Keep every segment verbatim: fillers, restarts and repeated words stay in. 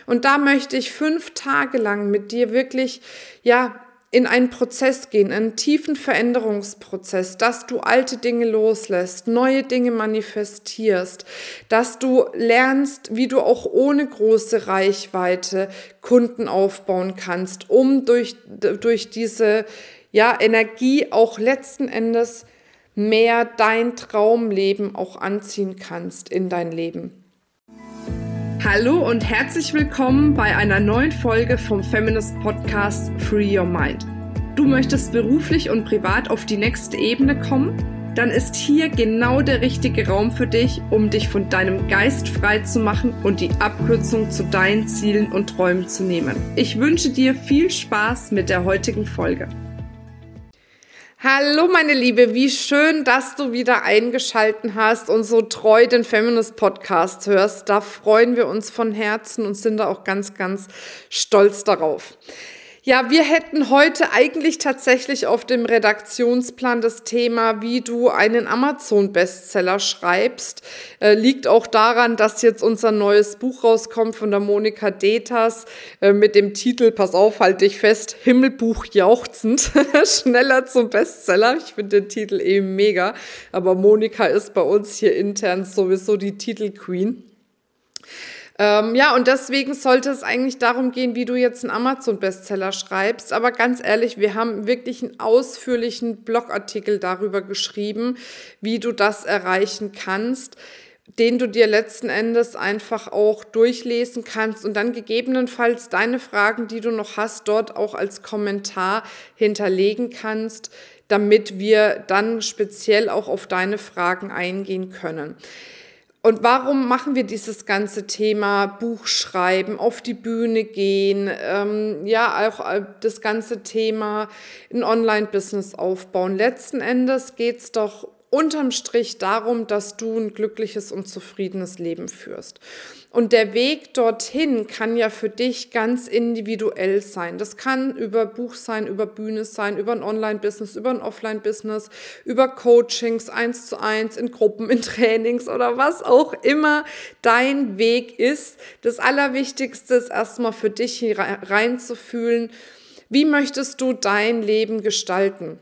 Und da möchte ich fünf Tage lang mit dir wirklich, ja, in einen Prozess gehen, einen tiefen Veränderungsprozess, dass du alte Dinge loslässt, neue Dinge manifestierst, dass du lernst, wie du auch ohne große Reichweite Kunden aufbauen kannst, um durch, durch diese, ja, Energie auch letzten Endes mehr dein Traumleben auch anziehen kannst in dein Leben. Hallo und herzlich willkommen bei einer neuen Folge vom Feminist Podcast Free Your Mind. Du möchtest beruflich und privat auf die nächste Ebene kommen? Dann ist hier genau der richtige Raum für dich, um dich von deinem Geist frei zu machen und die Abkürzung zu deinen Zielen und Träumen zu nehmen. Ich wünsche dir viel Spaß mit der heutigen Folge. Hallo meine Liebe, wie schön, dass du wieder eingeschaltet hast und so treu den Feminist Podcast hörst. Da freuen wir uns von Herzen und sind da auch ganz, ganz stolz darauf. Ja, wir hätten heute eigentlich tatsächlich auf dem Redaktionsplan das Thema, wie du einen Amazon-Bestseller schreibst. Äh, liegt auch daran, dass jetzt unser neues Buch rauskommt von der Monika Deters äh, mit dem Titel, pass auf, halt dich fest, Himmelbuch jauchzend, schneller zum Bestseller. Ich finde den Titel eben mega, aber Monika ist bei uns hier intern sowieso die Titelqueen. Ähm, ja, und deswegen sollte es eigentlich darum gehen, wie du jetzt einen Amazon-Bestseller schreibst. Aber ganz ehrlich, wir haben wirklich einen ausführlichen Blogartikel darüber geschrieben, wie du das erreichen kannst, den du dir letzten Endes einfach auch durchlesen kannst und dann gegebenenfalls deine Fragen, die du noch hast, dort auch als Kommentar hinterlegen kannst, damit wir dann speziell auch auf deine Fragen eingehen können. Und warum machen wir dieses ganze Thema Buchschreiben, auf die Bühne gehen, ähm, ja auch das ganze Thema ein Online-Business aufbauen? Letzten Endes geht's doch unterm Strich darum, dass du ein glückliches und zufriedenes Leben führst. Und der Weg dorthin kann ja für dich ganz individuell sein. Das kann über Buch sein, über Bühne sein, über ein Online-Business, über ein Offline-Business, über Coachings, eins zu eins, in Gruppen, in Trainings oder was auch immer dein Weg ist. Das Allerwichtigste ist erstmal für dich hier reinzufühlen, wie möchtest du dein Leben gestalten?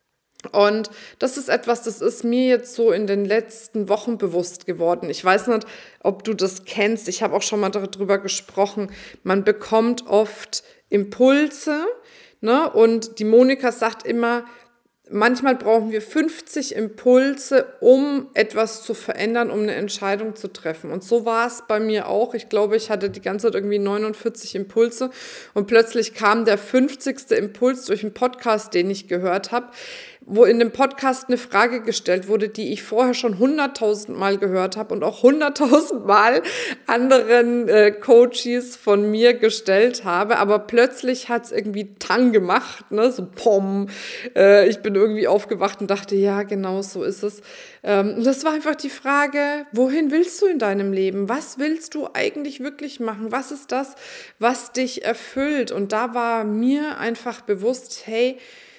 Und das ist etwas, das ist mir jetzt so in den letzten Wochen bewusst geworden. Ich weiß nicht, ob du das kennst. Ich habe auch schon mal darüber gesprochen. Man bekommt oft Impulse, ne? Und die Monika sagt immer, manchmal brauchen wir fünfzig Impulse, um etwas zu verändern, um eine Entscheidung zu treffen. Und so war es bei mir auch. Ich glaube, ich hatte die ganze Zeit irgendwie neunundvierzig Impulse und plötzlich kam der fünfzigste Impuls durch einen Podcast, den ich gehört habe, wo in dem Podcast eine Frage gestellt wurde, die ich vorher schon hunderttausend Mal gehört habe und auch hunderttausend Mal anderen äh, Coaches von mir gestellt habe. Aber plötzlich hat es irgendwie Tang gemacht, ne? So pom. Äh, ich bin irgendwie aufgewacht und dachte, ja, genau so ist es. Ähm, das war einfach die Frage, wohin willst du in deinem Leben? Was willst du eigentlich wirklich machen? Was ist das, was dich erfüllt? Und da war mir einfach bewusst, hey,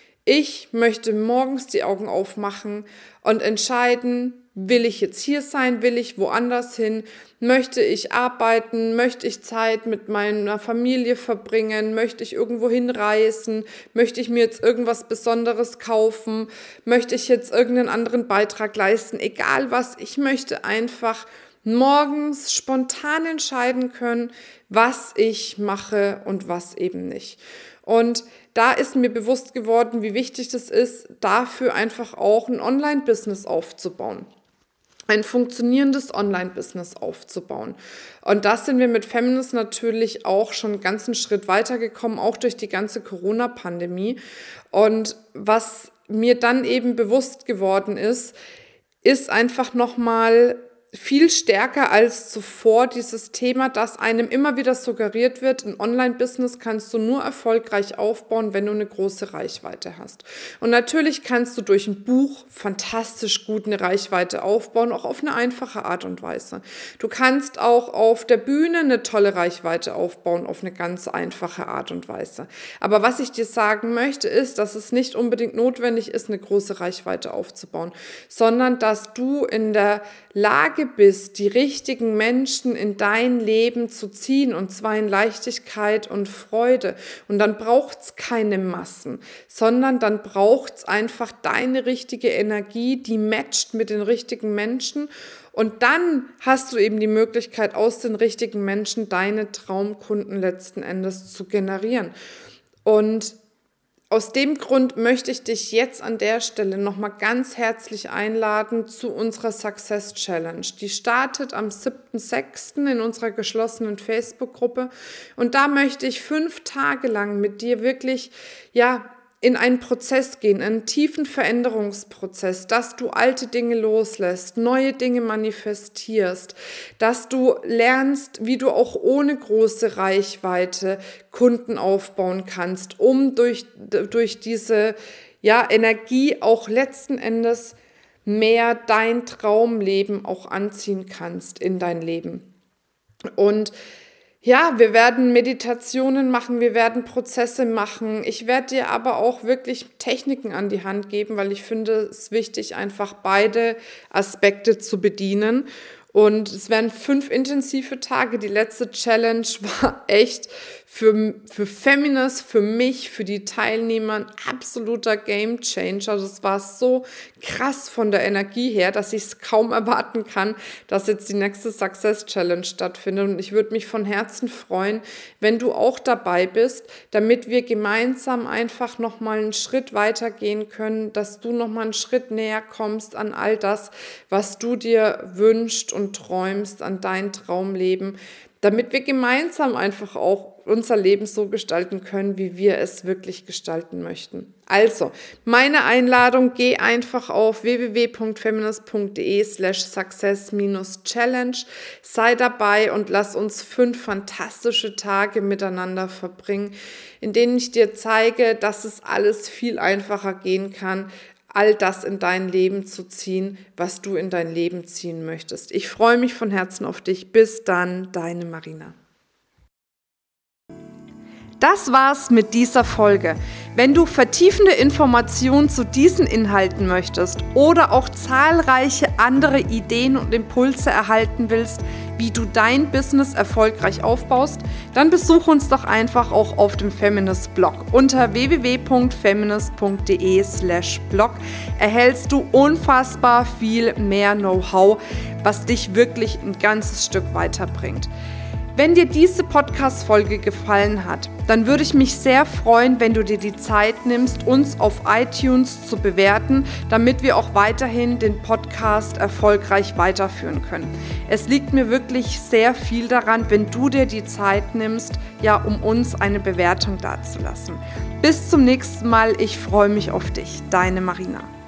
ich möchte morgens die Augen aufmachen und entscheiden, will ich jetzt hier sein, will ich woanders hin, möchte ich arbeiten, möchte ich Zeit mit meiner Familie verbringen, möchte ich irgendwo hinreisen, möchte ich mir jetzt irgendwas Besonderes kaufen, möchte ich jetzt irgendeinen anderen Beitrag leisten, egal was, ich möchte einfach morgens spontan entscheiden können, was ich mache und was eben nicht. Und da ist mir bewusst geworden, wie wichtig das ist, dafür einfach auch ein Online-Business aufzubauen. Ein funktionierendes Online-Business aufzubauen. Und da sind wir mit Feminist natürlich auch schon einen ganzen Schritt weitergekommen, auch durch die ganze Corona-Pandemie. Und was mir dann eben bewusst geworden ist, ist einfach nochmal viel stärker als zuvor dieses Thema, dass einem immer wieder suggeriert wird, ein Online-Business kannst du nur erfolgreich aufbauen, wenn du eine große Reichweite hast. Und natürlich kannst du durch ein Buch fantastisch gut eine Reichweite aufbauen, auch auf eine einfache Art und Weise. Du kannst auch auf der Bühne eine tolle Reichweite aufbauen, auf eine ganz einfache Art und Weise. Aber was ich dir sagen möchte, ist, dass es nicht unbedingt notwendig ist, eine große Reichweite aufzubauen, sondern dass du in der Lage Lage bist, die richtigen Menschen in dein Leben zu ziehen, und zwar in Leichtigkeit und Freude. Und dann braucht es keine Massen, sondern dann braucht es einfach deine richtige Energie, die matcht mit den richtigen Menschen. Und dann hast du eben die Möglichkeit, aus den richtigen Menschen deine Traumkunden letzten Endes zu generieren. Und aus dem Grund möchte ich dich jetzt an der Stelle nochmal ganz herzlich einladen zu unserer Success Challenge. Die startet am siebten sechsten in unserer geschlossenen Facebook-Gruppe. Und da möchte ich fünf Tage lang mit dir wirklich, ja, in einen Prozess gehen, einen tiefen Veränderungsprozess, dass du alte Dinge loslässt, neue Dinge manifestierst, dass du lernst, wie du auch ohne große Reichweite Kunden aufbauen kannst, um durch, durch diese ja, Energie auch letzten Endes mehr dein Traumleben auch anziehen kannst in dein Leben. Und ja, wir werden Meditationen machen, wir werden Prozesse machen. Ich werde dir aber auch wirklich Techniken an die Hand geben, weil ich finde es wichtig, einfach beide Aspekte zu bedienen. Und es werden fünf intensive Tage. Die letzte Challenge war echt für, für Feminist, für mich, für die Teilnehmer ein absoluter Gamechanger. Das war so krass von der Energie her, dass ich es kaum erwarten kann, dass jetzt die nächste Success Challenge stattfindet. Und ich würde mich von Herzen freuen, wenn du auch dabei bist, damit wir gemeinsam einfach nochmal einen Schritt weitergehen können, dass du nochmal einen Schritt näher kommst an all das, was du dir wünschst und träumst, an dein Traumleben, damit wir gemeinsam einfach auch unser Leben so gestalten können, wie wir es wirklich gestalten möchten. Also, meine Einladung, geh einfach auf w w w punkt feminist punkt d e slash success challenge, sei dabei und lass uns fünf fantastische Tage miteinander verbringen, in denen ich dir zeige, dass es alles viel einfacher gehen kann, all das in dein Leben zu ziehen, was du in dein Leben ziehen möchtest. Ich freue mich von Herzen auf dich. Bis dann, deine Marina. Das war's mit dieser Folge. Wenn du vertiefende Informationen zu diesen Inhalten möchtest oder auch zahlreiche andere Ideen und Impulse erhalten willst, wie du dein Business erfolgreich aufbaust, dann besuch uns doch einfach auch auf dem Feminist-Blog. Unter w w w punkt feminist punkt d e slash blog erhältst du unfassbar viel mehr Know-how, was dich wirklich ein ganzes Stück weiterbringt. Wenn dir diese Podcast-Folge gefallen hat, dann würde ich mich sehr freuen, wenn du dir die Zeit nimmst, uns auf iTunes zu bewerten, damit wir auch weiterhin den Podcast erfolgreich weiterführen können. Es liegt mir wirklich sehr viel daran, wenn du dir die Zeit nimmst, ja, um uns eine Bewertung dazulassen. Bis zum nächsten Mal, ich freue mich auf dich, deine Marina.